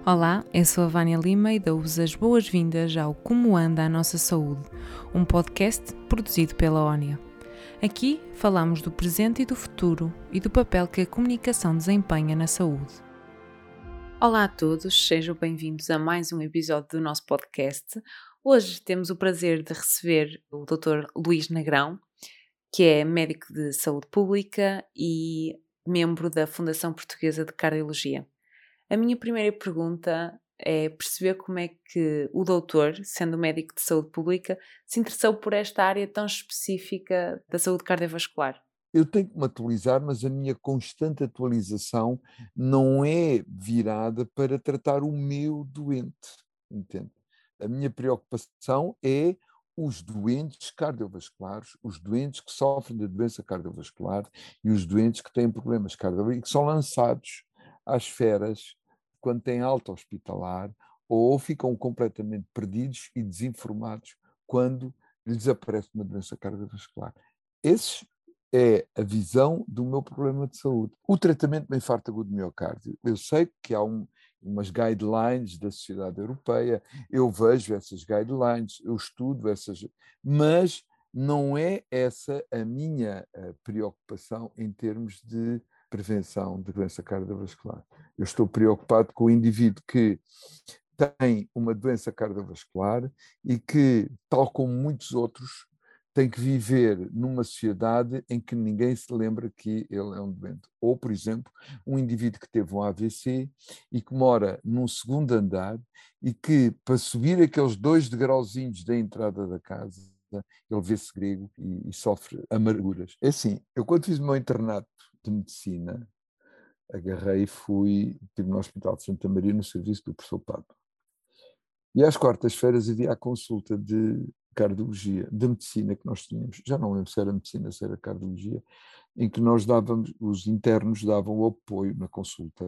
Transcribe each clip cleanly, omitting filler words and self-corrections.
Olá, eu sou a Vânia Lima e dou-vos as boas-vindas ao Como Anda a Nossa Saúde, um podcast produzido pela ONIA. Aqui falamos do presente e do futuro e do papel que a comunicação desempenha na saúde. Olá a todos, sejam bem-vindos a mais um episódio do nosso podcast. Hoje temos o prazer de receber o Dr. Luís Negrão, que é médico de saúde pública e membro da Fundação Portuguesa de Cardiologia. A minha primeira pergunta é perceber como é que o doutor, sendo médico de saúde pública, se interessou por esta área tão específica da saúde cardiovascular. Eu tenho que me atualizar, mas a minha constante atualização não é virada para tratar o meu doente, entende? A minha preocupação é os doentes cardiovasculares, os doentes que sofrem de doença cardiovascular e os doentes que têm problemas cardiovasculares e que são lançados às feras quando têm alta hospitalar ou ficam completamente perdidos e desinformados quando lhes aparece uma doença cardiovascular. Esses é a visão do meu problema de saúde. O tratamento do infarto agudo de miocárdio, eu sei que há umas guidelines da Sociedade Europeia, eu vejo essas guidelines, eu estudo essas, mas não é essa a minha preocupação em termos de prevenção de doença cardiovascular. Eu estou preocupado com o indivíduo que tem uma doença cardiovascular e que, tal como muitos outros, tem que viver numa sociedade em que ninguém se lembra que ele é um doente. Ou, por exemplo, um indivíduo que teve um AVC e que mora num segundo andar e que, para subir aqueles 2 degrauzinhos da entrada da casa, ele vê-se grego e sofre amarguras. É assim, eu quando fiz o meu internato de medicina, agarrei e estive no Hospital de Santa Maria no serviço do professor Papa. E às quartas-feiras havia a consulta de cardiologia, de medicina que nós tínhamos, já não lembro se era medicina, se era cardiologia, em que nós dávamos, os internos davam o apoio na consulta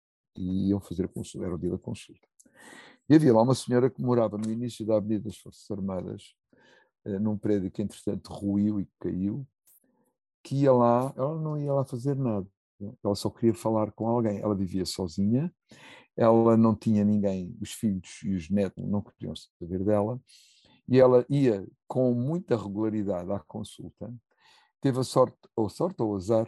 e iam fazer a consulta, era o dia da consulta. E havia lá uma senhora que morava no início da Avenida das Forças Armadas, num prédio que entretanto ruiu e caiu, que ia lá, ela não ia lá fazer nada, ela só queria falar com alguém, ela vivia sozinha, ela não tinha ninguém, os filhos e os netos não queriam saber dela, e ela ia com muita regularidade à consulta. Teve a sorte ou o azar,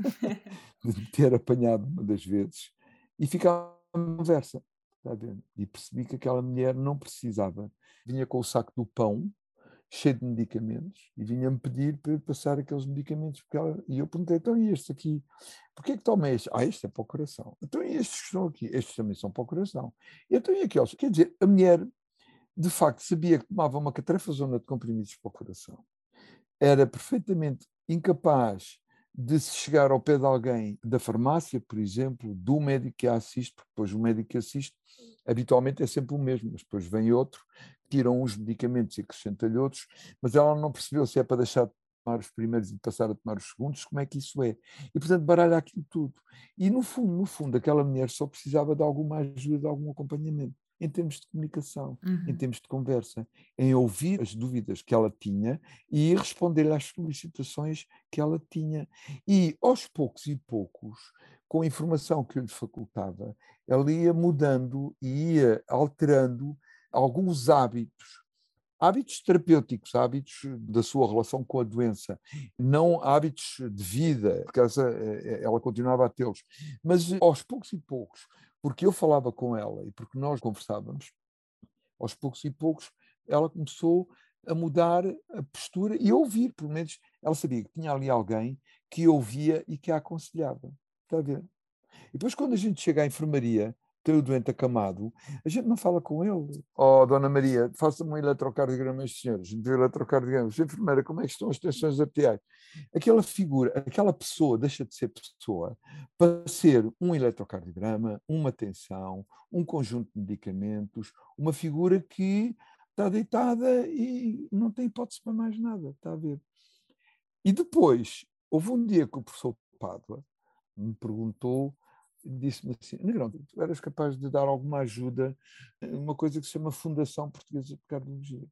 de ter apanhado uma das vezes, e ficava na conversa, está a ver? E percebi que aquela mulher não precisava. Vinha com o saco do pão, cheio de medicamentos, e vinha-me pedir para eu passar aqueles medicamentos. E eu perguntei, então e estes aqui? Porquê que toma este? Este é para o coração. Então e estes que estão aqui? Estes também são para o coração. Então e aqueles? Quer dizer, a mulher, de facto, sabia que tomava uma catrafazona de comprimidos para o coração. Era perfeitamente incapaz de se chegar ao pé de alguém da farmácia, por exemplo, do médico que a assiste, porque depois o médico que assiste habitualmente é sempre o mesmo, mas depois vem outro, tiram uns medicamentos e acrescenta-lhe outros, mas ela não percebeu se é para deixar de tomar os primeiros e passar a tomar os segundos, como é que isso é. E, portanto, baralha aquilo tudo. E, no fundo, aquela mulher só precisava de alguma ajuda, de algum acompanhamento, em termos de comunicação, em termos de conversa, em ouvir as dúvidas que ela tinha e responder às solicitações que ela tinha. E, aos poucos e poucos, com a informação que eu lhe facultava, ela ia mudando e ia alterando alguns hábitos terapêuticos, hábitos da sua relação com a doença, não hábitos de vida, porque ela continuava a tê-los, mas aos poucos e poucos, porque eu falava com ela e porque nós conversávamos, aos poucos e poucos ela começou a mudar a postura e a ouvir, pelo menos ela sabia que tinha ali alguém que ouvia e que a aconselhava. Está a ver? E depois, quando a gente chega à enfermaria, tem o doente acamado, a gente não fala com ele. Oh, Dona Maria, faça-me um eletrocardiograma a este senhor. A gente vê o eletrocardiograma. Enfermeira, como é que estão as tensões arteriais? Aquela figura, aquela pessoa deixa de ser pessoa para ser um eletrocardiograma, uma tensão, um conjunto de medicamentos, uma figura que está deitada e não tem hipótese para mais nada, está a ver? E depois, houve um dia que o professor Pádua me perguntou, disse-me assim, Negrão, tu eras capaz de dar alguma ajuda a uma coisa que se chama Fundação Portuguesa de Cardiologia.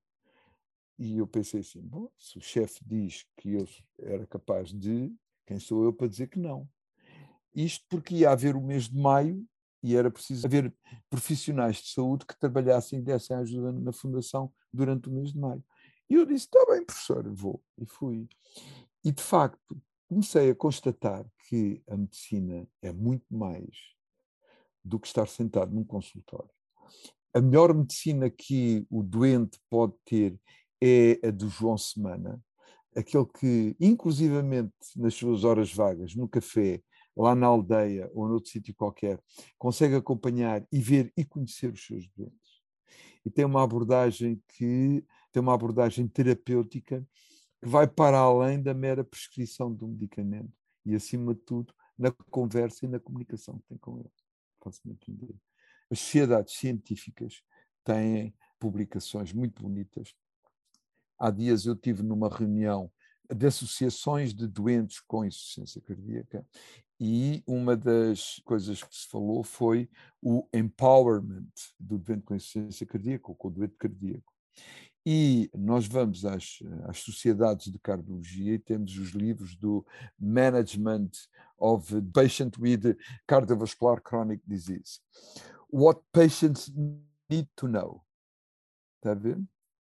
E eu pensei assim, bom, se o chefe diz que eu era capaz de, quem sou eu para dizer que não? Isto porque ia haver o mês de maio e era preciso haver profissionais de saúde que trabalhassem e dessem ajuda na fundação durante o mês de maio. E eu disse, está bem, professor, vou. E fui. E, de facto, comecei a constatar que a medicina é muito mais do que estar sentado num consultório. A melhor medicina que o doente pode ter é a do João Semana, aquele que, inclusivamente nas suas horas vagas, no café, lá na aldeia ou noutro sítio qualquer, consegue acompanhar e ver e conhecer os seus doentes. E tem uma abordagem terapêutica que vai para além da mera prescrição de um medicamento e, acima de tudo, na conversa e na comunicação que tem com ele. Faço-me entender. As sociedades científicas têm publicações muito bonitas. Há dias eu estive numa reunião de associações de doentes com insuficiência cardíaca e uma das coisas que se falou foi o empowerment do doente com insuficiência cardíaca ou com o doente cardíaco. E nós vamos às sociedades de cardiologia e temos os livros do Management of Patient with Cardiovascular Chronic Disease. What patients need to know. Está a ver?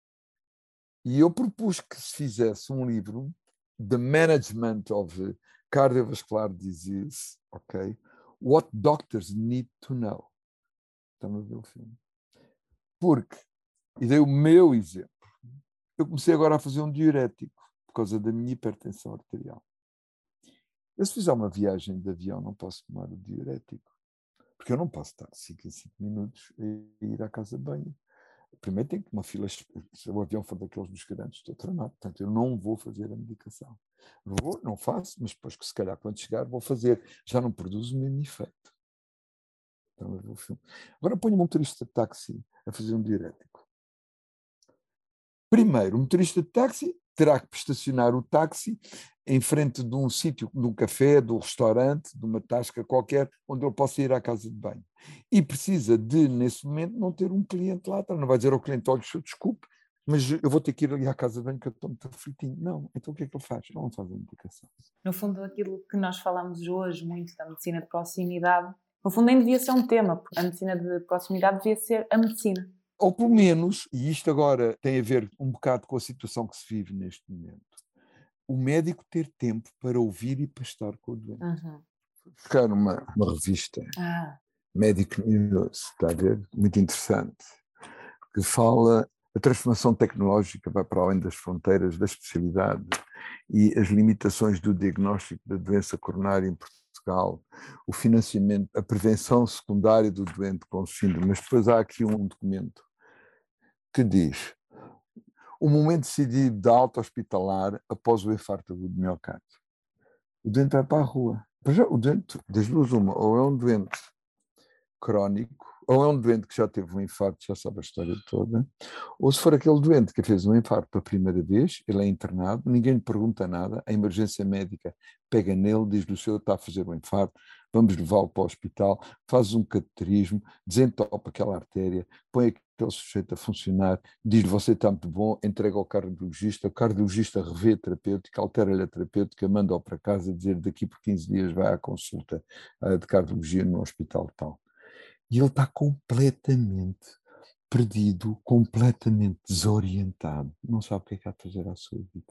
E eu propus que se fizesse um livro, The Management of Cardiovascular Disease, ok? What doctors need to know. Estão a ver o filme? Porque, e dei o meu exemplo, eu comecei agora a fazer um diurético por causa da minha hipertensão arterial. Eu, se fizer uma viagem de avião, não posso tomar o diurético, porque eu não posso estar 5 em 5 minutos a ir à casa de banho. Primeiro tem que uma fila, se o avião for daqueles dos grandes, estou tramado, portanto eu não vou fazer a medicação. Não faço, mas depois que se calhar quando chegar vou fazer, já não produz o mesmo efeito. Então, eu vou... Agora ponho um motorista de táxi a fazer um diurético. Primeiro, o motorista de táxi terá que estacionar o táxi em frente de um sítio, de um café, de um restaurante, de uma tasca qualquer, onde ele possa ir à casa de banho. E precisa de, nesse momento, não ter um cliente lá atrás. Não vai dizer ao cliente, olha, desculpe, mas eu vou ter que ir ali à casa de banho que eu estou muito aflitinho. Não, então o que é que ele faz? Ele não faz a medicação. No fundo, aquilo que nós falamos hoje muito da medicina de proximidade, no fundo nem devia ser um tema, porque a medicina de proximidade devia ser a medicina. Ou pelo menos, e isto agora tem a ver um bocado com a situação que se vive neste momento, o médico ter tempo para ouvir e para estar com o doente. Uhum. Buscar uma revista, Medic News, está a ver? Muito interessante, que fala a transformação tecnológica vai para além das fronteiras da especialidade e as limitações do diagnóstico da doença coronária em Portugal, o financiamento, a prevenção secundária do doente com síndrome. Mas depois há aqui um documento que diz o momento decidido da alta hospitalar após o infarto agudo de miocárdio. O doente vai para a rua. O doente, das duas uma, ou é um doente crónico, ou é um doente que já teve um infarto, já sabe a história toda, ou se for aquele doente que fez um infarto pela primeira vez, ele é internado, ninguém lhe pergunta nada, a emergência médica pega nele, diz-lhe o senhor está a fazer um infarto, vamos levá-lo para o hospital, faz um cateterismo, desentopa aquela artéria, põe aquele sujeito a funcionar, diz-lhe você está muito bom, entrega ao cardiologista, o cardiologista revê a terapêutica, altera-lhe a terapêutica, manda-o para casa dizer daqui por 15 dias vai à consulta de cardiologia no hospital tal. E ele está completamente perdido, completamente desorientado, não sabe o que é que há de fazer à sua vida.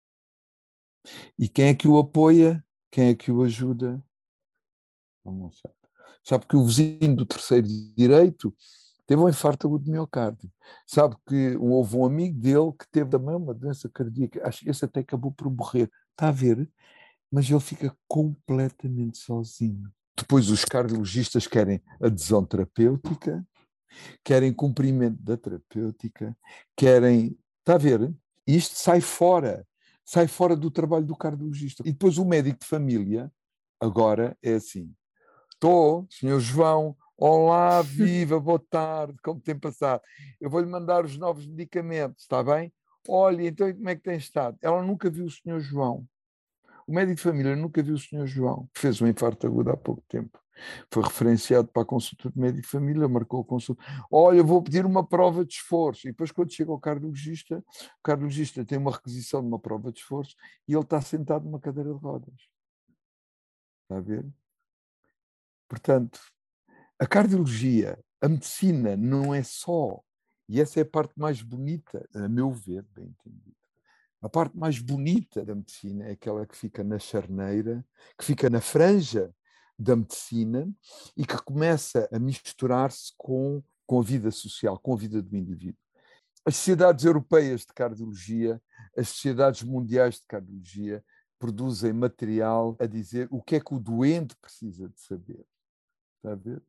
E quem é que o apoia? Quem é que o ajuda? Não sabe. Sabe que o vizinho do terceiro direito teve um infarto agudo de miocárdio. Sabe que houve um amigo dele que teve também uma doença cardíaca. Acho que esse até acabou por morrer. Está a ver? Mas ele fica completamente sozinho. Depois os cardiologistas querem adesão terapêutica, querem cumprimento da terapêutica, querem... Está a ver? Isto sai fora do trabalho do cardiologista. E depois o médico de família, agora é assim, estou, senhor João, olá, viva, boa tarde, como tem passado? Eu vou-lhe mandar os novos medicamentos, está bem? Olha, então como é que tem estado? Ela nunca viu o senhor João. O médico de família nunca viu o senhor João, que fez um infarto agudo há pouco tempo. Foi referenciado para a consulta de médico de família, marcou a consulta. Olha, eu vou pedir uma prova de esforço. E depois, quando chega ao cardiologista, o cardiologista tem uma requisição de uma prova de esforço e ele está sentado numa cadeira de rodas. Está a ver? Portanto, A cardiologia, a medicina não é só, e essa é a parte mais bonita, a meu ver, bem entendido. A parte mais bonita da medicina é aquela que fica na charneira, que fica na franja da medicina e que começa a misturar-se com a vida social, com a vida do indivíduo. As sociedades europeias de cardiologia, as sociedades mundiais de cardiologia produzem material a dizer o que é que o doente precisa de saber. Está a ver?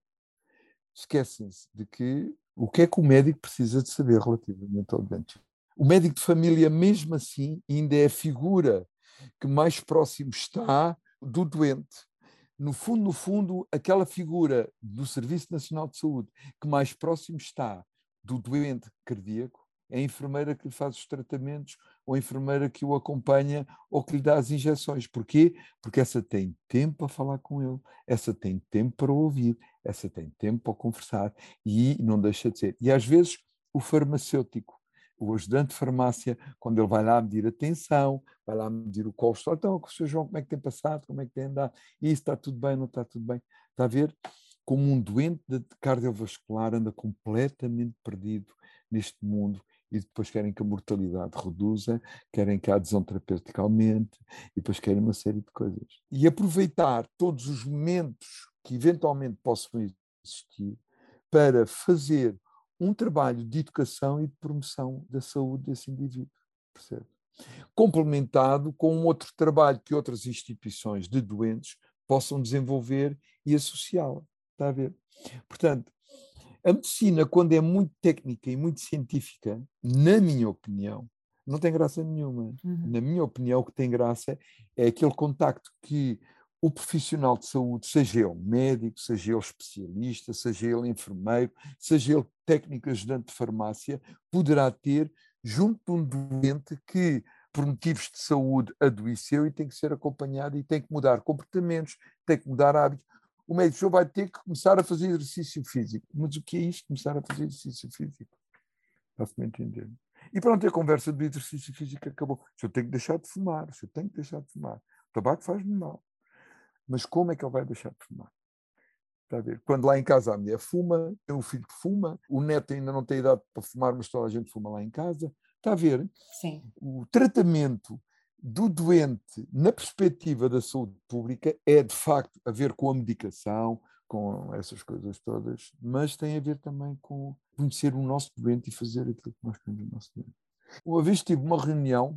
Esquecem-se de que o que é que o médico precisa de saber relativamente ao doente. O médico de família, mesmo assim, ainda é a figura que mais próximo está do doente. No fundo, aquela figura do Serviço Nacional de Saúde que mais próximo está do doente cardíaco é a enfermeira que lhe faz os tratamentos ou a enfermeira que o acompanha ou que lhe dá as injeções. Porquê? Porque essa tem tempo para falar com ele, essa tem tempo para ouvir, essa tem tempo para conversar e não deixa de ser. E às vezes o farmacêutico, o ajudante de farmácia, quando ele vai lá medir a tensão, vai lá medir o colesterol, então, o Sr. João, como é que tem passado, como é que tem andado, isso está tudo bem, não está tudo bem. Está a ver? Como um doente de cardiovascular anda completamente perdido neste mundo e depois querem que a mortalidade reduza, querem que a adesão terapêutica aumente e depois querem uma série de coisas. E aproveitar todos os momentos que eventualmente possam existir para fazer um trabalho de educação e de promoção da saúde desse indivíduo, percebe? Complementado com um outro trabalho que outras instituições de doentes possam desenvolver e associá-la, está a ver? Portanto, a medicina, quando é muito técnica e muito científica, na minha opinião, não tem graça nenhuma. Na minha opinião, o que tem graça é aquele contacto que o profissional de saúde, seja ele médico, seja ele especialista, seja ele enfermeiro, seja ele técnico ajudante de farmácia, poderá ter junto de um doente que, por motivos de saúde, adoeceu e tem que ser acompanhado e tem que mudar comportamentos, tem que mudar hábitos. O médico vai ter que começar a fazer exercício físico. Mas o que é isto, começar a fazer exercício físico? Está-se-me a entender. E pronto, a conversa do exercício físico acabou. O senhor tem que deixar de fumar, o senhor tem que deixar de fumar. O tabaco faz-me mal. Mas como é que ele vai deixar de fumar? Está a ver? Quando lá em casa a mulher fuma, tem um filho que fuma, o neto ainda não tem idade para fumar, mas toda a gente fuma lá em casa. Está a ver? Sim. O tratamento do doente na perspectiva da saúde pública é, de facto, a ver com a medicação, com essas coisas todas, mas tem a ver também com conhecer o nosso doente e fazer aquilo que nós queremos do nosso doente. Uma vez tive uma reunião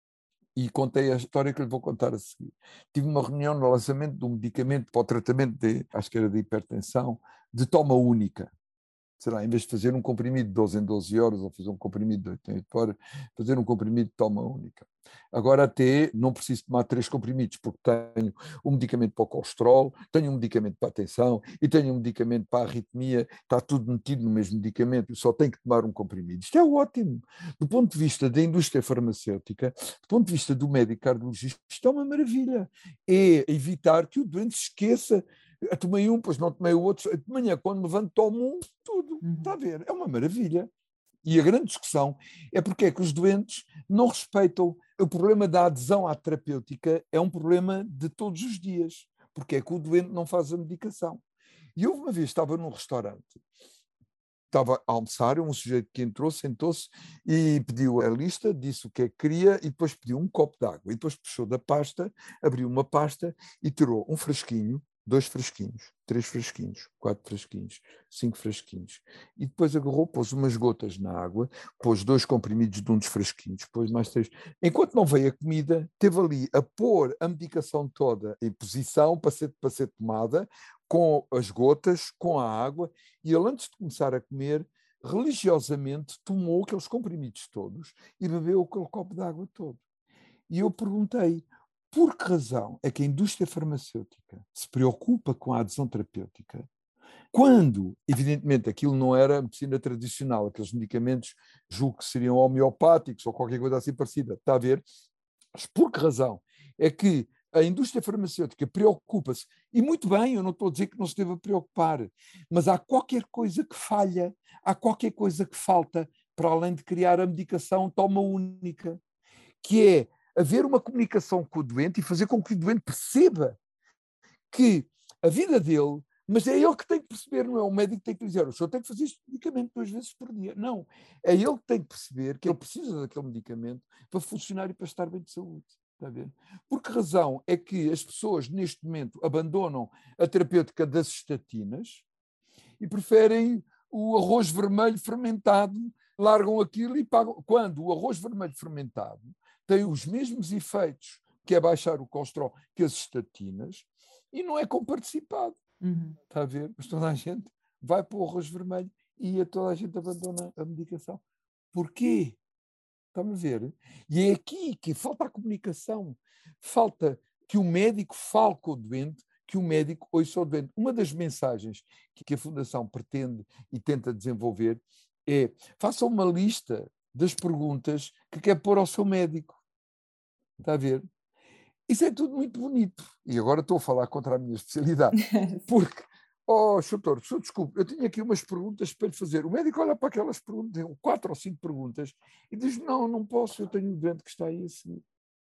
e contei a história que lhe vou contar a seguir. Tive uma reunião no lançamento de um medicamento para o tratamento de, acho que era de hipertensão, de toma única. Será, em vez de fazer um comprimido de 12 em 12 horas ou fazer um comprimido de 8 em 8 horas, fazer um comprimido de toma única. Agora até não preciso tomar 3 comprimidos, porque tenho um medicamento para o colesterol, tenho um medicamento para a tensão e tenho um medicamento para a arritmia, está tudo metido no mesmo medicamento, eu só tenho que tomar um comprimido. Isto é ótimo. Do ponto de vista da indústria farmacêutica, do ponto de vista do médico cardiologista, isto é uma maravilha. É evitar que o doente se esqueça. Eu tomei um, depois não tomei o outro. De manhã, quando me levanto, tomo um, tudo. Está a ver? É uma maravilha. E a grande discussão é porque é que os doentes não respeitam. O problema da adesão à terapêutica é um problema de todos os dias. Porque é que o doente não faz a medicação. E houve uma vez, estava num restaurante, estava a almoçar, um sujeito que entrou, sentou-se e pediu a lista, disse o que é que queria e depois pediu um copo de água. E depois puxou da pasta, abriu uma pasta e tirou um frasquinho, 2 frasquinhos, 3 frasquinhos, 4 frasquinhos, 5 frasquinhos. E depois agarrou, pôs umas gotas na água, pôs 2 comprimidos de um dos frasquinhos, pôs mais 3. Enquanto não veio a comida, teve ali a pôr a medicação toda em posição para ser tomada, com as gotas, com a água, e ele, antes de começar a comer, religiosamente tomou aqueles comprimidos todos e bebeu aquele copo de água todo. E eu perguntei, por que razão é que a indústria farmacêutica se preocupa com a adesão terapêutica quando, evidentemente, aquilo não era medicina tradicional, aqueles medicamentos, julgo que seriam homeopáticos ou qualquer coisa assim parecida, está a ver? Mas por que razão é que a indústria farmacêutica preocupa-se, e muito bem, eu não estou a dizer que não se deva preocupar, mas há qualquer coisa que falha, há qualquer coisa que falta, para além de criar a medicação toma única, que é haver uma comunicação com o doente e fazer com que o doente perceba que a vida dele Mas é ele que tem que perceber, não é o médico que tem que dizer, o senhor tem que fazer este medicamento 2 vezes por dia. Não, é ele que tem que perceber que ele precisa daquele medicamento para funcionar e para estar bem de saúde. Está a ver? Por que razão é que as pessoas, neste momento, abandonam a terapêutica das estatinas e preferem o arroz vermelho fermentado, largam aquilo e pagam. Quando o arroz vermelho fermentado tem os mesmos efeitos, que é baixar o colesterol, que as estatinas, e não é comparticipado. Está a ver? Mas toda a gente vai para o arroz vermelho e toda a gente abandona a medicação. Porquê? Está-me a ver? E é aqui que falta a comunicação. Falta que o médico fale com o doente, que o médico ouça o doente. Uma das mensagens que a Fundação pretende e tenta desenvolver é: faça uma lista das perguntas que quer pôr ao seu médico. Está a ver? Isso é tudo muito bonito. E agora estou a falar contra a minha especialidade. Porque, doutor, desculpe, eu tinha aqui umas perguntas para lhe fazer. O médico olha para aquelas perguntas, 4 ou 5 perguntas, e diz: não posso, eu tenho um doente que está aí a seguir.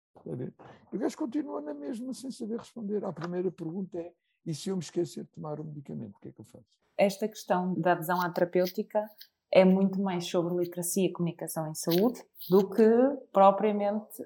E o gajo continua na mesma sem saber responder. A primeira pergunta é: e se eu me esquecer de tomar o medicamento, o que é que eu faço? Esta questão da adesão à terapêutica é muito mais sobre literacia e comunicação em saúde do que propriamente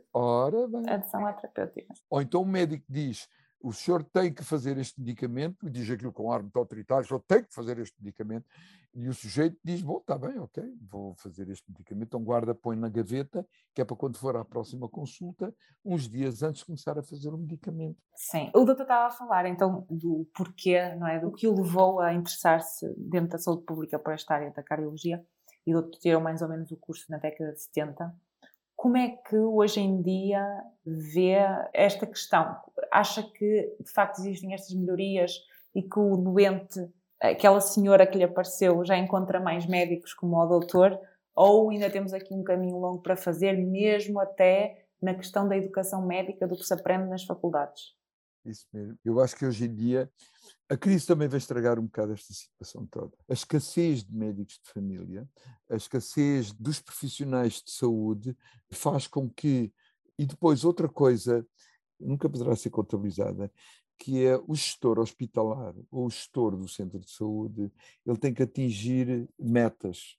a adesão à terapêutica. Ou então o médico diz: o senhor tem que fazer este medicamento, e diz aquilo com um ar muito autoritário: o senhor tem que fazer este medicamento, e o sujeito diz: bom, está bem, ok, vou fazer este medicamento. Então guarda, põe na gaveta, que é para quando for à próxima consulta, uns dias antes de começar a fazer o medicamento. Sim, o doutor estava a falar então do porquê, não é? Do que o levou a interessar-se dentro da saúde pública por esta área da cardiologia, e o doutor tirou mais ou menos o curso na década de 70. Como é que hoje em dia vê esta questão? Acha que de facto existem estas melhorias e que o doente, aquela senhora que lhe apareceu, já encontra mais médicos como o doutor, ou ainda temos aqui um caminho longo para fazer, mesmo até na questão da educação médica, do que se aprende nas faculdades? Isso mesmo. Eu acho que hoje em dia a crise também vai estragar um bocado esta situação toda. A escassez de médicos de família, a escassez dos profissionais de saúde faz com que, e depois outra coisa, nunca poderá ser contabilizada, que é o gestor hospitalar ou o gestor do centro de saúde, ele tem que atingir metas.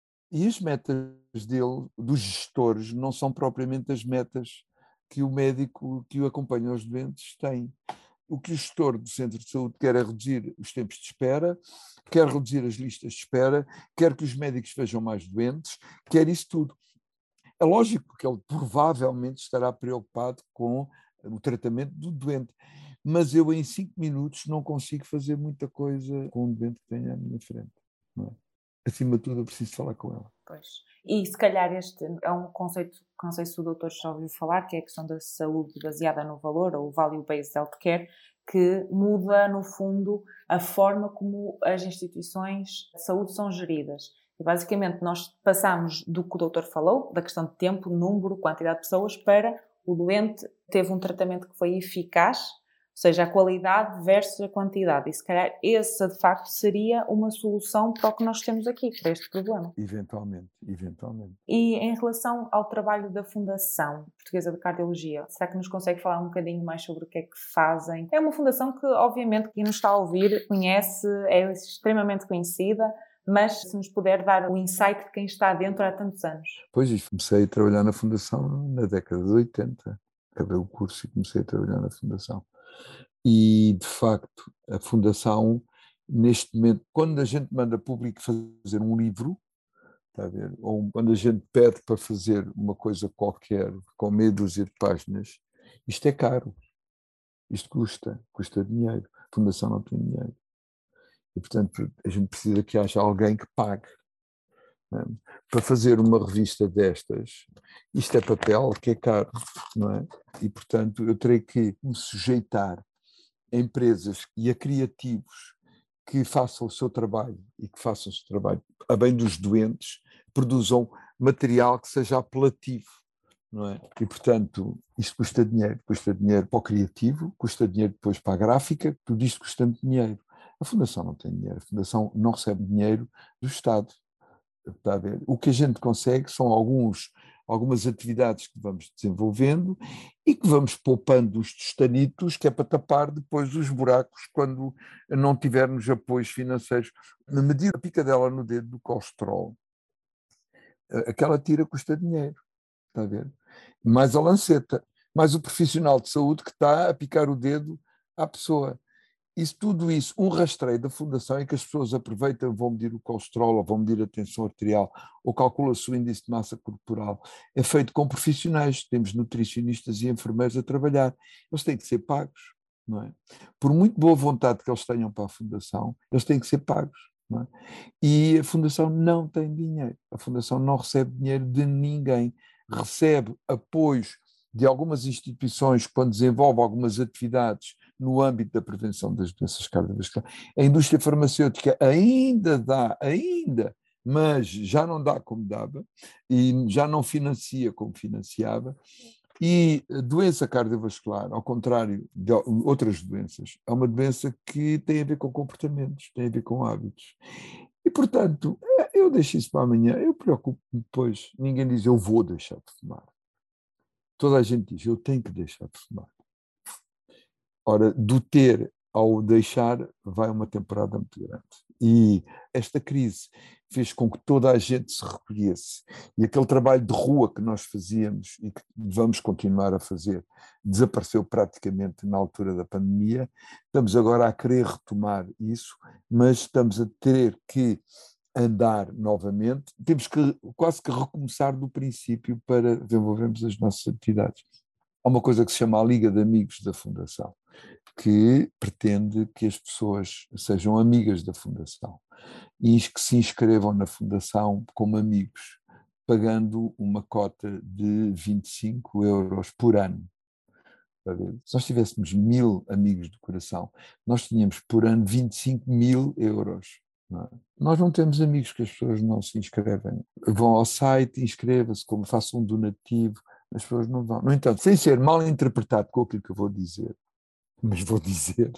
E as metas dele, dos gestores, não são propriamente as metas que o médico que o acompanha aos doentes tem. O que o gestor do centro de saúde quer é reduzir os tempos de espera, quer reduzir as listas de espera, quer que os médicos vejam mais doentes, quer isso tudo. É lógico que ele provavelmente estará preocupado com o tratamento do doente, mas eu em 5 minutos não consigo fazer muita coisa com um doente que tenha à minha frente. Não é? Acima de tudo, eu preciso falar com ela. Pois. E se calhar este é um conceito que não sei se o doutor já ouviu falar, que é a questão da saúde baseada no valor, ou Value-Based Healthcare, que muda, no fundo, a forma como as instituições de saúde são geridas. E, basicamente, nós passamos do que o doutor falou, da questão de tempo, número, quantidade de pessoas, para o doente teve um tratamento que foi eficaz, ou seja, a qualidade versus a quantidade. E, se calhar, essa, de facto, seria uma solução para o que nós temos aqui, para este problema. Eventualmente. E em relação ao trabalho da Fundação Portuguesa de Cardiologia, será que nos consegue falar um bocadinho mais sobre o que é que fazem? É uma fundação que, obviamente, quem nos está a ouvir conhece, é extremamente conhecida, mas se nos puder dar o insight de quem está dentro há tantos anos. Pois, comecei a trabalhar na Fundação na década de 80. Acabei o curso e comecei a trabalhar na Fundação. E, de facto, a Fundação, neste momento, quando a gente manda público fazer um livro, está a ver? Ou quando a gente pede para fazer uma coisa qualquer com meia dúzia de páginas, isto é caro. Isto custa dinheiro. A Fundação não tem dinheiro. E, portanto, a gente precisa que haja alguém que pague. Não é? Para fazer uma revista destas, isto é papel que é caro, não é? E, portanto, eu terei que me sujeitar a empresas e a criativos que façam o seu trabalho e que façam o seu trabalho a bem dos doentes, produzam material que seja apelativo, não é? E, portanto, isto custa dinheiro para o criativo, custa dinheiro depois para a gráfica, tudo isto custa dinheiro. A Fundação não tem dinheiro, a Fundação não recebe dinheiro do Estado. Está a ver? O que a gente consegue são algumas atividades que vamos desenvolvendo e que vamos poupando os tostanitos, que é para tapar depois os buracos quando não tivermos apoios financeiros. Na medida da picadela no dedo do colesterol, aquela tira custa dinheiro, está a ver? Mais a lanceta, mais o profissional de saúde que está a picar o dedo à pessoa. Tudo isso, um rastreio da Fundação em que as pessoas aproveitam, vão medir o colesterol, ou vão medir a tensão arterial, ou calcula-se o índice de massa corporal, é feito com profissionais, temos nutricionistas e enfermeiros a trabalhar. Eles têm que ser pagos, não é? Por muito boa vontade que eles tenham para a Fundação, eles têm que ser pagos, não é? E a Fundação não tem dinheiro, a Fundação não recebe dinheiro de ninguém, recebe apoios de algumas instituições quando desenvolve algumas atividades no âmbito da prevenção das doenças cardiovasculares. A indústria farmacêutica ainda dá, mas já não dá como dava e já não financia como financiava. E a doença cardiovascular, ao contrário de outras doenças, é uma doença que tem a ver com comportamentos, tem a ver com hábitos. E, portanto, eu deixo isso para amanhã, eu preocupo-me depois. Ninguém diz eu vou deixar de fumar. Toda a gente diz eu tenho que deixar de fumar. Ora, do ter ao deixar vai uma temporada muito grande. E esta crise fez com que toda a gente se recolhesse. E aquele trabalho de rua que nós fazíamos e que vamos continuar a fazer desapareceu praticamente na altura da pandemia. Estamos agora a querer retomar isso, mas estamos a ter que andar novamente. Temos que quase que recomeçar do princípio para desenvolvermos as nossas atividades. Há uma coisa que se chama a Liga de Amigos da Fundação, que pretende que as pessoas sejam amigas da Fundação e que se inscrevam na Fundação como amigos, pagando uma cota de 25 euros por ano. Se nós tivéssemos 1000 amigos do coração, nós tínhamos por ano 25.000 euros. Não é? Nós não temos amigos que as pessoas não se inscrevem. Vão ao site, inscrevam-se, como façam um donativo, as pessoas não vão. No entanto, sem ser mal interpretado com aquilo que eu vou dizer, mas vou dizer,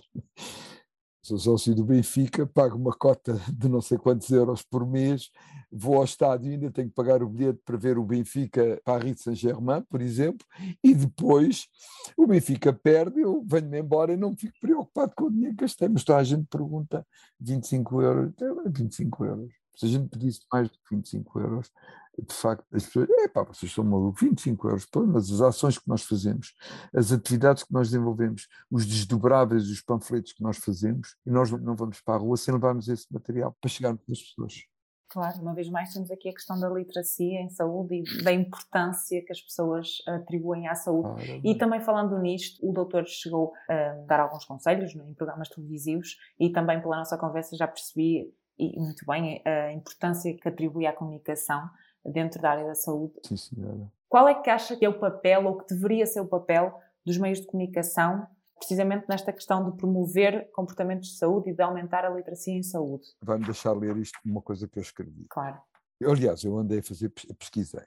sou sócio do Benfica, pago uma cota de não sei quantos euros por mês, vou ao estádio e ainda tenho que pagar o bilhete para ver o Benfica Paris Saint-Germain, por exemplo, e depois o Benfica perde, eu venho-me embora e não fico preocupado com o dinheiro que gastei. Mas toda a gente pergunta 25 euros, 25 euros. Se a gente pedisse mais de 25 euros, de facto, as pessoas, vocês são malucos, 25 euros, pô, mas as ações que nós fazemos, as atividades que nós desenvolvemos, os desdobráveis, os panfletos que nós fazemos, e nós não vamos para a rua sem levarmos esse material para chegarmos às pessoas. Claro, uma vez mais temos aqui a questão da literacia em saúde e da importância que as pessoas atribuem à saúde. E também falando nisto, o doutor chegou a dar alguns conselhos em programas televisivos e também pela nossa conversa já percebi, e muito bem, a importância que atribui à comunicação dentro da área da saúde. Sim, senhora. Qual é que acha que é o papel, ou que deveria ser o papel, dos meios de comunicação, precisamente nesta questão de promover comportamentos de saúde e de aumentar a literacia em saúde? Vai-me deixar ler isto, uma coisa que eu escrevi. Claro. Aliás, eu andei a fazer, pesquisei.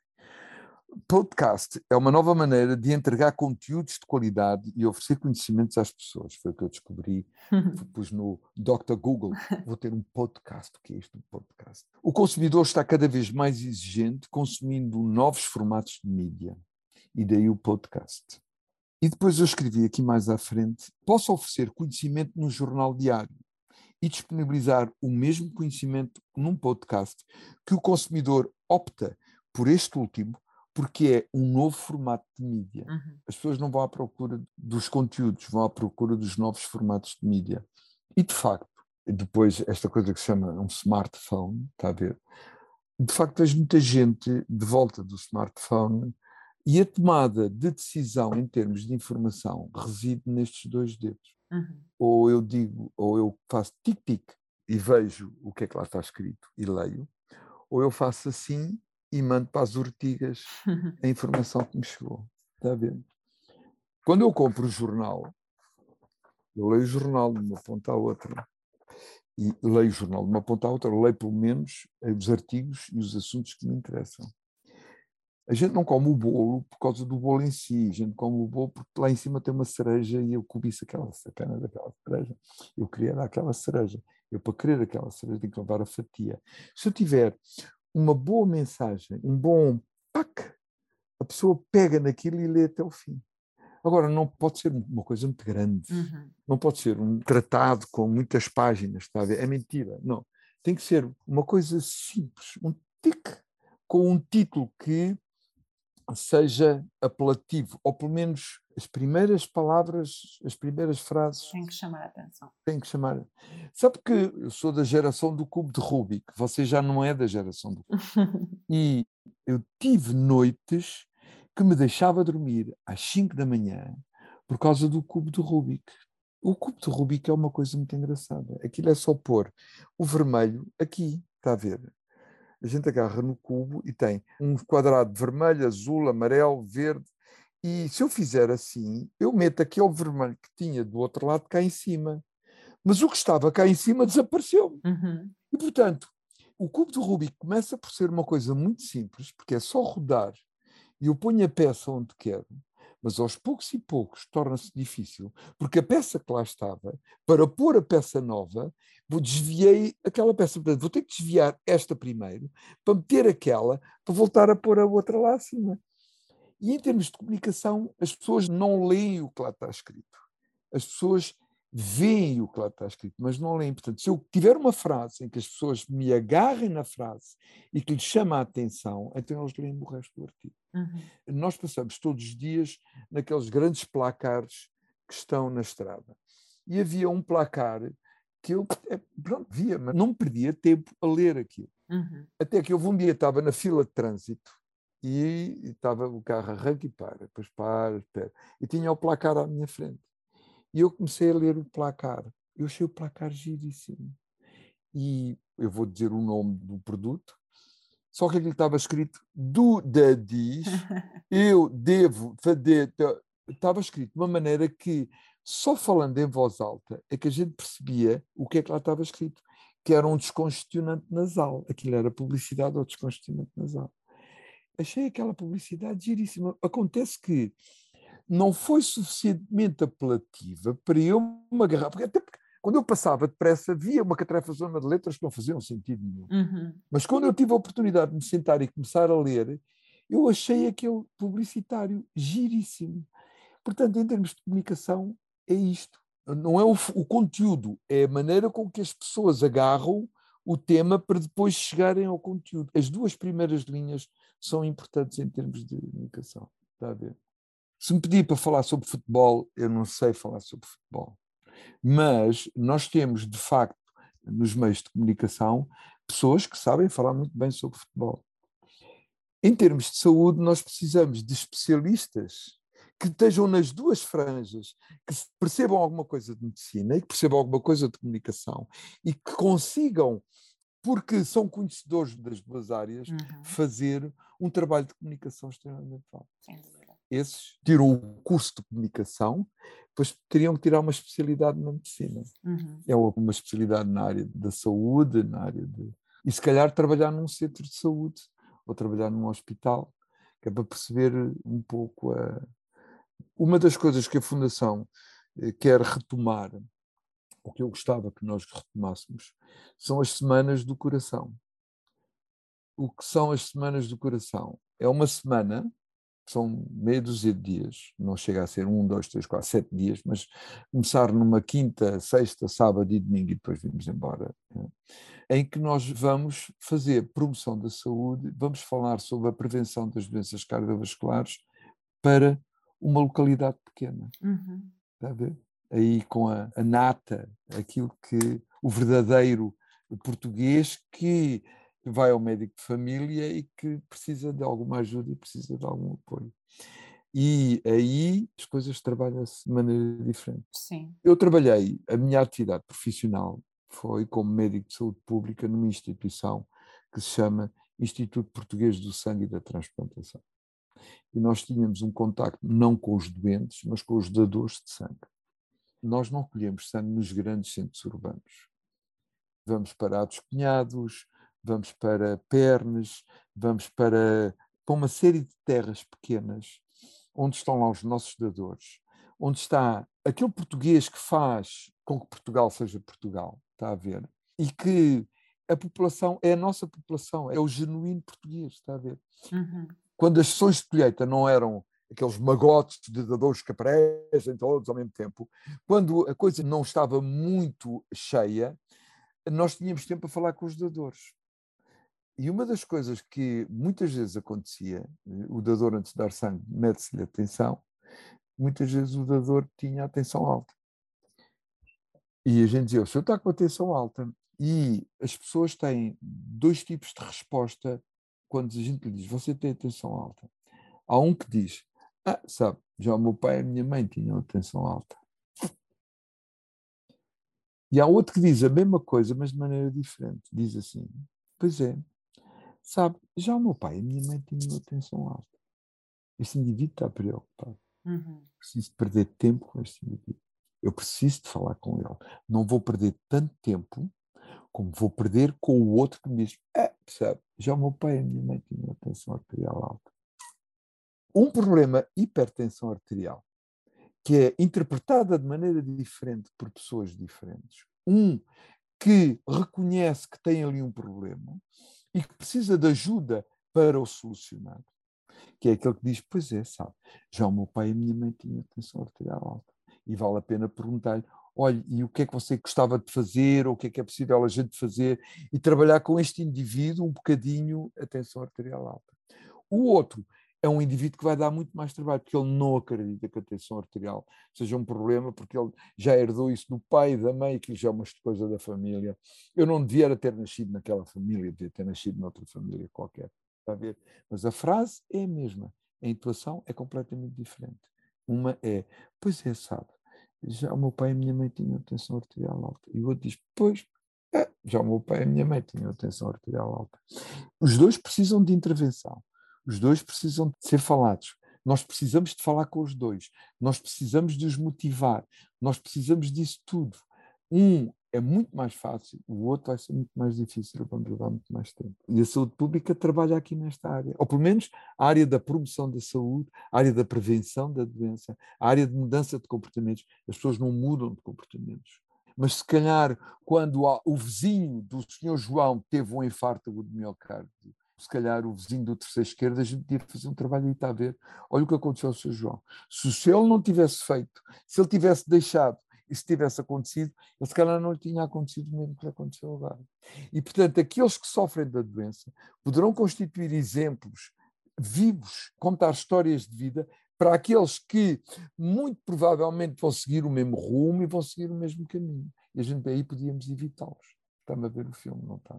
Podcast é uma nova maneira de entregar conteúdos de qualidade e oferecer conhecimentos às pessoas. Foi o que eu descobri. Pus no Dr. Google, vou ter um podcast. O que é isto, um podcast? O consumidor está cada vez mais exigente, consumindo novos formatos de mídia. E daí o podcast. E depois eu escrevi aqui mais à frente, posso oferecer conhecimento no jornal diário e disponibilizar o mesmo conhecimento num podcast, que o consumidor opta por este último, porque é um novo formato de mídia. As pessoas não vão à procura dos conteúdos, vão à procura dos novos formatos de mídia. E, de facto, depois esta coisa que se chama um smartphone, está a ver? De facto, vejo muita gente de volta do smartphone e a tomada de decisão em termos de informação reside nestes dois dedos. Ou eu digo, ou eu faço tic-tic e vejo o que é que lá está escrito e leio, ou eu faço assim e mando para as ortigas a informação que me chegou. Está a ver? Quando eu compro o jornal, eu leio o jornal de uma ponta à outra. E leio o jornal de uma ponta à outra, leio pelo menos os artigos e os assuntos que me interessam. A gente não come o bolo por causa do bolo em si, a gente come o bolo porque lá em cima tem uma cereja e eu cobiço aquela sacana daquela cereja. Eu queria dar aquela cereja. Eu, para querer aquela cereja, tenho que levar a fatia. Se eu tiver uma boa mensagem, um bom pack a pessoa pega naquilo e lê até o fim. Agora, não pode ser uma coisa muito grande, não pode ser um tratado com muitas páginas, está a ver? É mentira, não. Tem que ser uma coisa simples, um tique, com um título que seja apelativo, ou pelo menos as primeiras palavras, as primeiras frases. Tem que chamar a atenção. Tem que chamar. Sabe que eu sou da geração do cubo de Rubik, você já não é da geração do cubo. E eu tive noites que me deixava dormir às 5 da manhã por causa do cubo de Rubik. O cubo de Rubik é uma coisa muito engraçada. Aquilo é só pôr o vermelho aqui, está a ver? A gente agarra no cubo e tem um quadrado vermelho, azul, amarelo, verde. E se eu fizer assim, eu meto aquele vermelho que tinha do outro lado cá em cima. Mas o que estava cá em cima desapareceu. E, portanto, o cubo de Rubik começa por ser uma coisa muito simples, porque é só rodar e eu ponho a peça onde quero, mas aos poucos e poucos torna-se difícil, porque a peça que lá estava, para pôr a peça nova, desviei aquela peça. Portanto, vou ter que desviar esta primeiro, para meter aquela, para voltar a pôr a outra lá acima. E em termos de comunicação, as pessoas não leem o que lá está escrito. As pessoas veem o que lá está escrito, mas não leem. Portanto, se eu tiver uma frase em que as pessoas me agarrem na frase e que lhes chama a atenção, então eles leem o resto do artigo. Nós passamos todos os dias naqueles grandes placares que estão na estrada. E havia um placar que eu via, mas não perdia tempo a ler aquilo. Até que houve um dia, estava na fila de trânsito e estava o carro arranca e para, depois para, espera. E tinha o placar à minha frente. E eu comecei a ler o placar. Eu achei o placar giríssimo. E eu vou dizer o nome do produto, só que aquilo estava escrito do diz, eu devo fazer. Estava escrito de uma maneira que, só falando em voz alta, é que a gente percebia o que é que lá estava escrito, que era um descongestionante nasal. Aquilo era publicidade ao descongestionante nasal. Achei aquela publicidade giríssima. Acontece que não foi suficientemente apelativa para eu me agarrar, porque até porque quando eu passava depressa via uma catrefazona de letras que não faziam sentido nenhum. Mas quando eu tive a oportunidade de me sentar e começar a ler, eu achei aquele publicitário giríssimo. Portanto, em termos de comunicação, é isto. Não é o conteúdo, é a maneira com que as pessoas agarram o tema para depois chegarem ao conteúdo. As duas primeiras linhas são importantes em termos de comunicação. Está a ver? Se me pedir para falar sobre futebol, eu não sei falar sobre futebol. Mas nós temos, de facto, nos meios de comunicação, pessoas que sabem falar muito bem sobre futebol. Em termos de saúde, nós precisamos de especialistas que estejam nas duas franjas, que percebam alguma coisa de medicina e que percebam alguma coisa de comunicação e que consigam, porque são conhecedores das duas áreas, fazer um trabalho de comunicação extremamente alto. Esses tiram o curso de comunicação, depois teriam que tirar uma especialidade na medicina. É uma especialidade na área da saúde, na área de... E se calhar trabalhar num centro de saúde ou trabalhar num hospital, que é para perceber um pouco Uma das coisas que a Fundação quer retomar, o que eu gostava que nós retomássemos, são as Semanas do Coração. O que são as Semanas do Coração? É uma semana, são meia dúzia de dias, não chega a ser 1, 2, 3, 4, 7 dias, mas começar numa quinta, sexta, sábado e domingo e depois vimos embora, em que nós vamos fazer promoção da saúde, vamos falar sobre a prevenção das doenças cardiovasculares para uma localidade pequena. Está a ver? Aí com a nata, aquilo que o verdadeiro português que vai ao médico de família e que precisa de alguma ajuda e precisa de algum apoio. E aí as coisas trabalham-se de maneira diferente. Sim. Eu trabalhei, a minha atividade profissional foi como médico de saúde pública numa instituição que se chama Instituto Português do Sangue e da Transplantação. E nós tínhamos um contacto não com os doentes, mas com os dadores de sangue. Nós não colhemos sangue nos grandes centros urbanos. Vamos para Ados Cunhados, vamos para Pernes, vamos para uma série de terras pequenas, onde estão lá os nossos dadores, onde está aquele português que faz com que Portugal seja Portugal, está a ver? E que a população é a nossa população, é o genuíno português, está a ver? quando as sessões de colheita não eram aqueles magotes de dadores que aparecem todos ao mesmo tempo, quando a coisa não estava muito cheia, nós tínhamos tempo a falar com os dadores. E uma das coisas que muitas vezes acontecia, o dador antes de dar sangue mete-se-lhe atenção, muitas vezes o dador tinha a tensão alta. E a gente dizia, o senhor está com a tensão alta. E as pessoas têm dois tipos de resposta quando a gente lhe diz, você tem a tensão alta. Há um que diz, sabe, já o meu pai e a minha mãe tinham a tensão alta. E há outro que diz a mesma coisa, mas de maneira diferente. Diz assim, pois é, sabe, já o meu pai e a minha mãe tinham a tensão alta. Este indivíduo está preocupado. Preciso perder tempo com este indivíduo. Eu preciso de falar com ele. Não vou perder tanto tempo como vou perder com o outro que me diz, sabe, já o meu pai e a minha mãe tinham a tensão arterial alta. Um problema, hipertensão arterial, que é interpretada de maneira diferente por pessoas diferentes. Um que reconhece que tem ali um problema e que precisa de ajuda para o solucionar, que é aquele que diz, pois é, sabe, já o meu pai e a minha mãe tinham tensão arterial alta. E vale a pena perguntar-lhe, olha, e o que é que você gostava de fazer, ou o que é possível a gente fazer, e trabalhar com este indivíduo um bocadinho a tensão arterial alta. O outro é um indivíduo que vai dar muito mais trabalho, porque ele não acredita que a tensão arterial seja um problema, porque ele já herdou isso do pai e da mãe, que já é uma coisa da família. Eu não devia ter nascido naquela família, devia ter nascido noutra família qualquer. Está a ver? Mas a frase é a mesma, a intuação é completamente diferente. Uma é, pois é, sabe, já o meu pai e a minha mãe tinham tensão arterial alta. E o outro diz, pois, já o meu pai e a minha mãe tinham tensão arterial alta. Os dois precisam de intervenção. Os dois precisam de ser falados. Nós precisamos de falar com os dois. Nós precisamos de os motivar. Nós precisamos disso tudo. Um é muito mais fácil, o outro vai ser muito mais difícil, vamos levar muito mais tempo. E a saúde pública trabalha aqui nesta área. Ou pelo menos a área da promoção da saúde, a área da prevenção da doença, a área de mudança de comportamentos. As pessoas não mudam de comportamentos. Mas se calhar, quando o vizinho do Sr. João teve um infarto agudo de miocárdio, se calhar o vizinho do terceiro esquerdo, a gente podia fazer um trabalho e está a ver, olha o que aconteceu ao Sr. João. Se ele não tivesse feito, se ele tivesse deixado, e se tivesse acontecido, ele se calhar não lhe tinha acontecido o mesmo que lhe aconteceu agora. E, portanto, aqueles que sofrem da doença poderão constituir exemplos vivos, contar histórias de vida para aqueles que muito provavelmente vão seguir o mesmo rumo e vão seguir o mesmo caminho. E a gente aí podíamos evitá-los. Está-me a ver o filme, não está?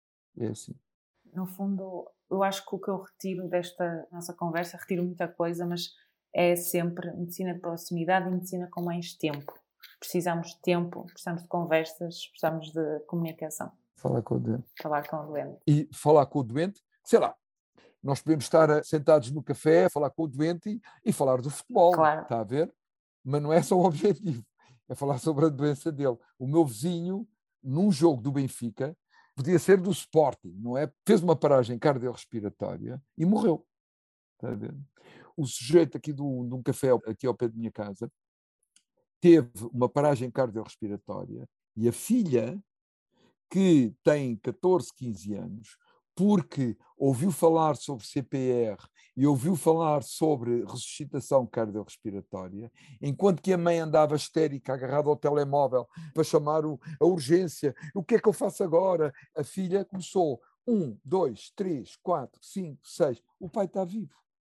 É assim. No fundo, eu acho que o que eu retiro desta nossa conversa, retiro muita coisa, mas é sempre medicina de proximidade e medicina com mais tempo. Precisamos de tempo, precisamos de conversas, precisamos de comunicação. Falar com o doente. Falar com o doente. E falar com o doente, sei lá, nós podemos estar sentados no café, falar com o doente e falar do futebol, claro. Está a ver? Mas não é só o objetivo, é falar sobre a doença dele. O meu vizinho, num jogo do Benfica, podia ser do Sporting, não é? Fez uma paragem cardiorrespiratória e morreu. Está a ver? O sujeito aqui de um café aqui ao pé da minha casa teve uma paragem cardiorrespiratória e a filha, que tem 14, 15 anos, porque ouviu falar sobre CPR e ouviu falar sobre ressuscitação cardiorrespiratória, enquanto que a mãe andava histérica, agarrada ao telemóvel para chamar a urgência. O que é que eu faço agora? A filha começou 1, 2, 3, 4, 5, 6. O pai está vivo.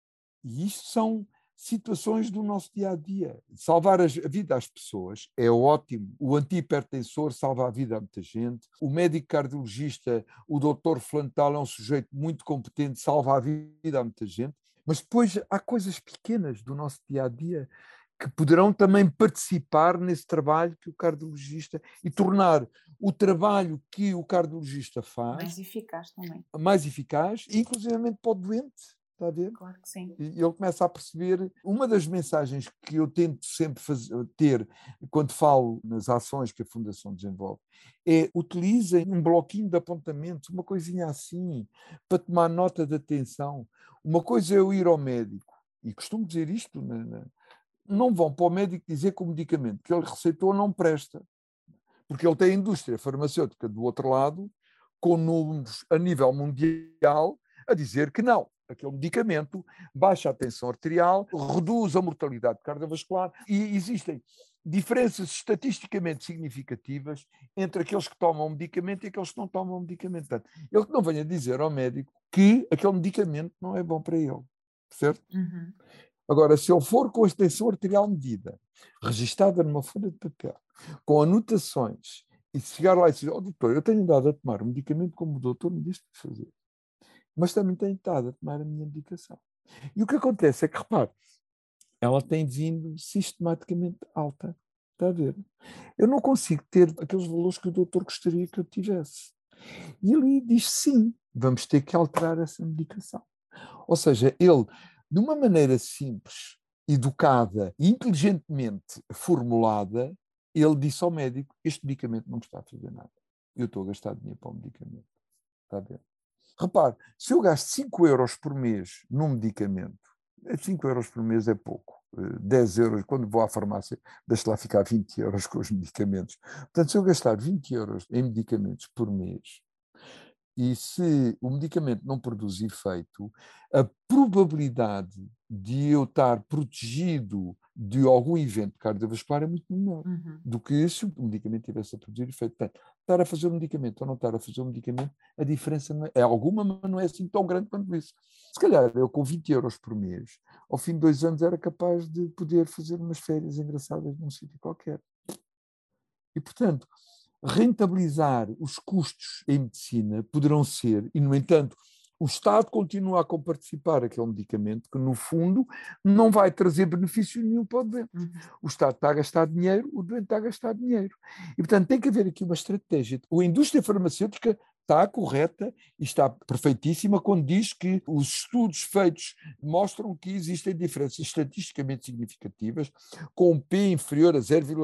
E isto são situações do nosso dia-a-dia. Salvar a vida às pessoas é ótimo. O antihipertensor salva a vida a muita gente. O médico cardiologista, o doutor Flantal, é um sujeito muito competente, salva a vida a muita gente. Mas depois há coisas pequenas do nosso dia-a-dia que poderão também participar nesse trabalho que o cardiologista e tornar o trabalho que o cardiologista faz mais eficaz também. Mais eficaz, inclusivamente para o doente. Está a ver? Claro que sim. E ele começa a perceber. Uma das mensagens que eu tento sempre ter quando falo nas ações que a Fundação desenvolve é: utilizem um bloquinho de apontamentos, uma coisinha assim, para tomar nota de atenção. Uma coisa é eu ir ao médico, e costumo dizer isto, não vão para o médico dizer que o medicamento que ele receitou não presta, porque ele tem a indústria farmacêutica do outro lado, com números a nível mundial, a dizer que não. aquele medicamento baixa a tensão arterial, reduz a mortalidade cardiovascular e existem diferenças estatisticamente significativas entre aqueles que tomam medicamento e aqueles que não tomam medicamento. Portanto, ele que não venha dizer ao médico que aquele medicamento não é bom para ele, certo? Uhum. Agora, se ele for com a tensão arterial medida, registada numa folha de papel, com anotações, e chegar lá e dizer, doutor, eu tenho andado a tomar um medicamento como o doutor me disse para fazer, mas também tenho estado a tomar a minha medicação. E o que acontece é que, repare, ela tem vindo sistematicamente alta. Está a ver? Eu não consigo ter aqueles valores que o doutor gostaria que eu tivesse. E ele diz, sim, vamos ter que alterar essa medicação. Ou seja, ele, de uma maneira simples, educada e inteligentemente formulada, ele disse ao médico, este medicamento não me está a fazer nada. Eu estou a gastar dinheiro para o medicamento. Está a ver? Repare, se eu gasto 5 euros por mês num medicamento, 5 euros por mês é pouco. 10 euros, quando vou à farmácia, deixo lá ficar 20 euros com os medicamentos. Portanto, se eu gastar 20 euros em medicamentos por mês, e se o medicamento não produz efeito, a probabilidade de eu estar protegido de algum evento cardiovascular é muito menor do que se o medicamento tivesse a produzir efeito. Portanto, estar a fazer o medicamento ou não estar a fazer o medicamento, a diferença não é alguma, mas não é assim tão grande quanto isso. Se calhar eu com 20 euros por mês, ao fim de 2 anos era capaz de poder fazer umas férias engraçadas num sítio qualquer. E, portanto, rentabilizar os custos em medicina poderão ser, e, no entanto, o Estado continua a comparticipar aquele medicamento que, no fundo, não vai trazer benefício nenhum para o doente. O Estado está a gastar dinheiro, o doente está a gastar dinheiro. E, portanto, tem que haver aqui uma estratégia. A indústria farmacêutica está correta e está perfeitíssima quando diz que os estudos feitos mostram que existem diferenças estatisticamente significativas com um P inferior a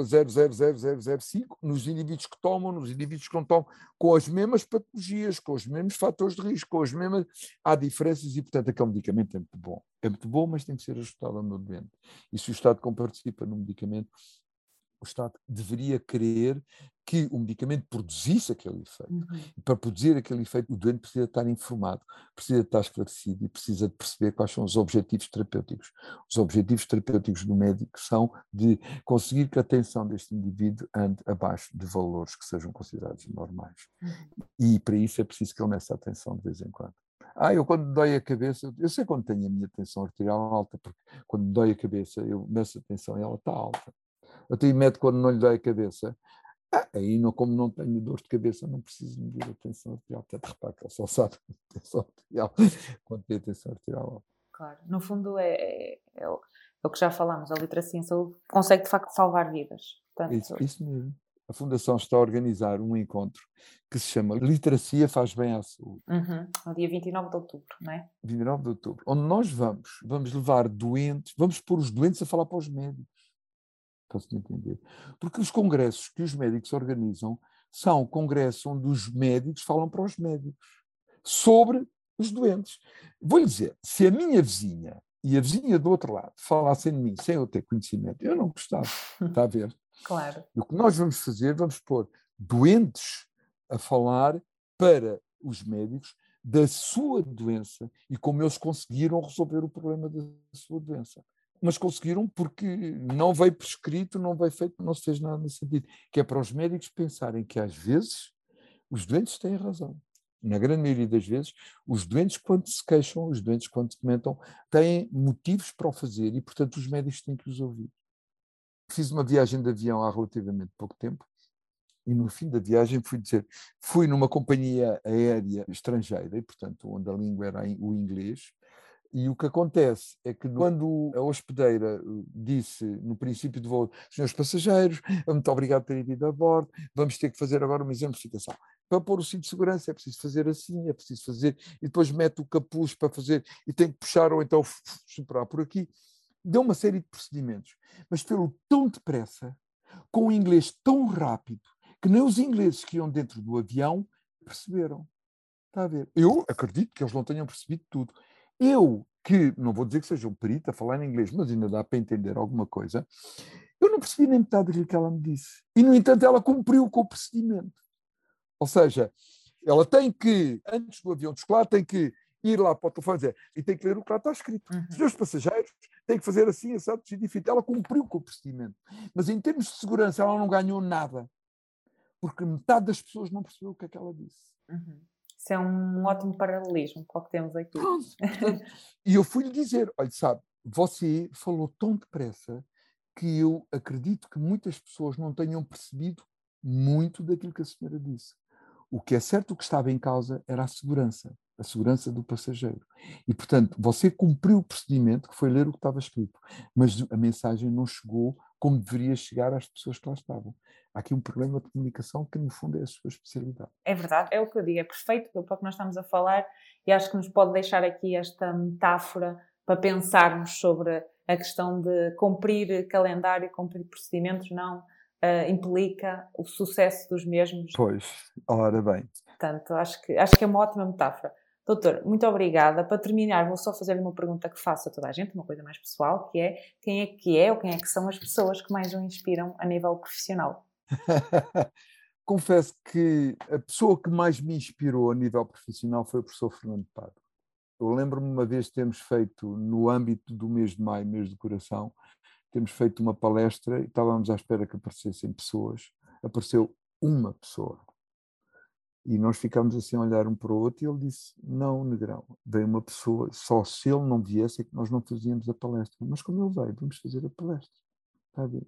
0,000005 nos indivíduos que tomam, nos indivíduos que não tomam, com as mesmas patologias, com os mesmos fatores de risco, com as mesmas... Há diferenças e, portanto, aquele medicamento é muito bom. É muito bom, mas tem que ser ajustado ao meu doente. E se o Estado participa no medicamento, o Estado deveria querer que o medicamento produzisse aquele efeito. E para produzir aquele efeito, o doente precisa estar informado, precisa estar esclarecido e precisa de perceber quais são os objetivos terapêuticos. Os objetivos terapêuticos do médico são de conseguir que a atenção deste indivíduo ande abaixo de valores que sejam considerados normais. E para isso é preciso que ele meça a atenção de vez em quando. Eu quando dói a cabeça, eu sei quando tenho a minha tensão arterial alta, porque quando dói a cabeça eu meço a atenção e ela está alta. Eu tenho medo quando não lhe dói a cabeça. Aí, como não tenho dor de cabeça, não preciso medir a tensão arterial. Portanto, repare que ele só sabe a tensão arterial quando tem a tensão arterial alta. Claro. No fundo, é o que já falámos. A literacia em saúde consegue, de facto, salvar vidas. Portanto, isso mesmo. A Fundação está a organizar um encontro que se chama Literacia Faz Bem à Saúde. No dia 29 de outubro, não é? 29 de outubro. Onde nós vamos levar doentes, vamos pôr os doentes a falar para os médicos. Posso entender. Porque os congressos que os médicos organizam são congressos onde os médicos falam para os médicos sobre os doentes. Vou-lhe dizer, se a minha vizinha e a vizinha do outro lado falassem de mim sem eu ter conhecimento, eu não gostava. Está a ver? Claro. E o que nós vamos fazer, vamos pôr doentes a falar para os médicos da sua doença e como eles conseguiram resolver o problema da sua doença. Mas conseguiram porque não veio prescrito, não veio feito, não se fez nada nesse sentido. Que é para os médicos pensarem que, às vezes, os doentes têm razão. Na grande maioria das vezes, os doentes, quando se queixam, os doentes, quando se comentam, têm motivos para o fazer e, portanto, os médicos têm que os ouvir. Fiz uma viagem de avião há relativamente pouco tempo e, no fim da viagem, fui numa companhia aérea estrangeira, e, portanto, onde a língua era o inglês. E o que acontece é que quando a hospedeira disse no princípio do voo, senhores passageiros, muito obrigado por terem ido a bordo, vamos ter que fazer agora uma exemplificação. Para pôr o cinto de segurança é preciso fazer assim, é preciso fazer, e depois mete o capuz para fazer, e tem que puxar ou então superar por aqui. Deu uma série de procedimentos, mas fez-o tão depressa, com um inglês tão rápido, que nem os ingleses que iam dentro do avião perceberam. Está a ver? Eu acredito que eles não tenham percebido tudo. Eu, que não vou dizer que seja um perito a falar em inglês, mas ainda dá para entender alguma coisa, eu não percebi nem metade do que ela me disse. E, no entanto, ela cumpriu com o procedimento. Ou seja, ela tem que, antes do avião descolar, tem que ir lá para o telefone e dizer, e tem que ler o que lá está escrito. Uhum. Senhores passageiros, têm que fazer assim, assado, diferente. Ela cumpriu com o procedimento. Mas em termos de segurança, ela não ganhou nada. Porque metade das pessoas não percebeu o que é que ela disse. Uhum. Isso é um ótimo paralelismo com o que temos aqui. Portanto, e eu fui-lhe dizer, olha, sabe, você falou tão depressa que eu acredito que muitas pessoas não tenham percebido muito daquilo que a senhora disse. O que é certo, o que estava em causa era a segurança do passageiro. E, portanto, você cumpriu o procedimento, que foi ler o que estava escrito, mas a mensagem não chegou como deveria chegar às pessoas que lá estavam. Há aqui um problema de comunicação que, no fundo, é a sua especialidade. É verdade, é o que eu digo, é perfeito para o que nós estamos a falar e acho que nos pode deixar aqui esta metáfora para pensarmos sobre a questão de cumprir calendário, cumprir procedimentos, não implica o sucesso dos mesmos. Pois, ora bem. Portanto, acho que é uma ótima metáfora. Doutor, muito obrigada. Para terminar, vou só fazer-lhe uma pergunta que faço a toda a gente, uma coisa mais pessoal, que é quem é ou quem é que são as pessoas que mais o inspiram a nível profissional? Confesso que a pessoa que mais me inspirou a nível profissional foi o professor Fernando Padre. Eu lembro-me uma vez termos feito, no âmbito do mês de maio, mês do coração, temos feito uma palestra e estávamos à espera que aparecessem pessoas. Apareceu uma pessoa. E nós ficámos assim a olhar um para o outro e ele disse, não, Negrão, veio uma pessoa, só se ele não viesse é que nós não fazíamos a palestra. Mas como ele veio, vamos fazer a palestra. Está a ver?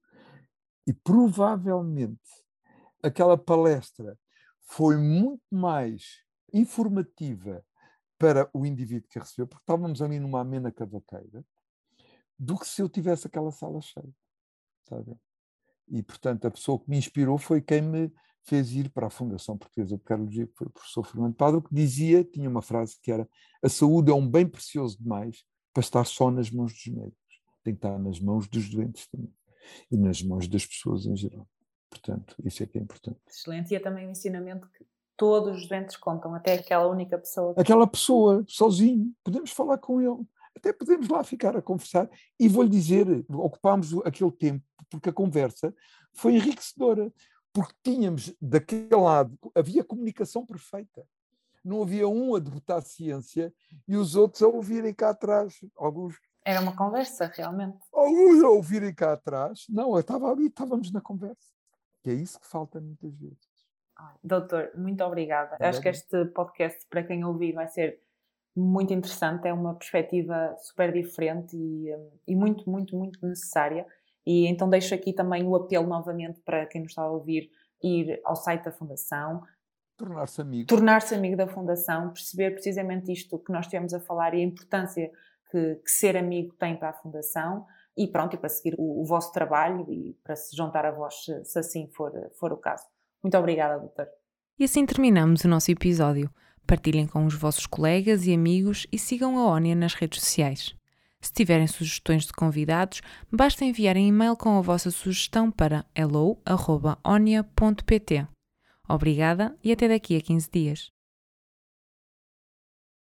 E provavelmente aquela palestra foi muito mais informativa para o indivíduo que a recebeu, porque estávamos ali numa amena cavaqueira, do que se eu tivesse aquela sala cheia. Sabe? E, portanto, a pessoa que me inspirou foi quem me fez ir para a Fundação Portuguesa de Cardiologia, que foi o professor Fernando Padre, que dizia, tinha uma frase que era: a saúde é um bem precioso demais para estar só nas mãos dos médicos. Tem que estar nas mãos dos doentes também. E nas mãos das pessoas em geral. Portanto, isso é que é importante. Excelente. E é também um ensinamento que todos os doentes contam, até aquela única pessoa. Aquela pessoa, sozinho, podemos falar com ele. Até podemos lá ficar a conversar. E vou-lhe dizer, ocupámos aquele tempo, porque a conversa foi enriquecedora. Porque tínhamos, daquele lado, havia comunicação perfeita. Não havia um a debutar ciência e os outros a ouvirem cá atrás. Era uma conversa, realmente. Alguns a ouvirem cá atrás. Não, eu estava ali, estávamos na conversa. Que é isso que falta muitas vezes. Doutor, muito obrigada. Acho que este podcast, para quem ouvir, vai ser muito interessante. É uma perspectiva super diferente e muito, muito, muito necessária. E então deixo aqui também o apelo novamente para quem nos está a ouvir ir ao site da Fundação. Tornar-se amigo da Fundação, perceber precisamente isto que nós estivemos a falar e a importância que ser amigo tem para a Fundação e pronto, e para seguir o vosso trabalho e para se juntar a vós se assim for o caso. Muito obrigada, doutor. E assim terminamos o nosso episódio. Partilhem com os vossos colegas e amigos e sigam a ONIA nas redes sociais. Se tiverem sugestões de convidados, basta enviarem e-mail com a vossa sugestão para hello@onia.pt. Obrigada e até daqui a 15 dias.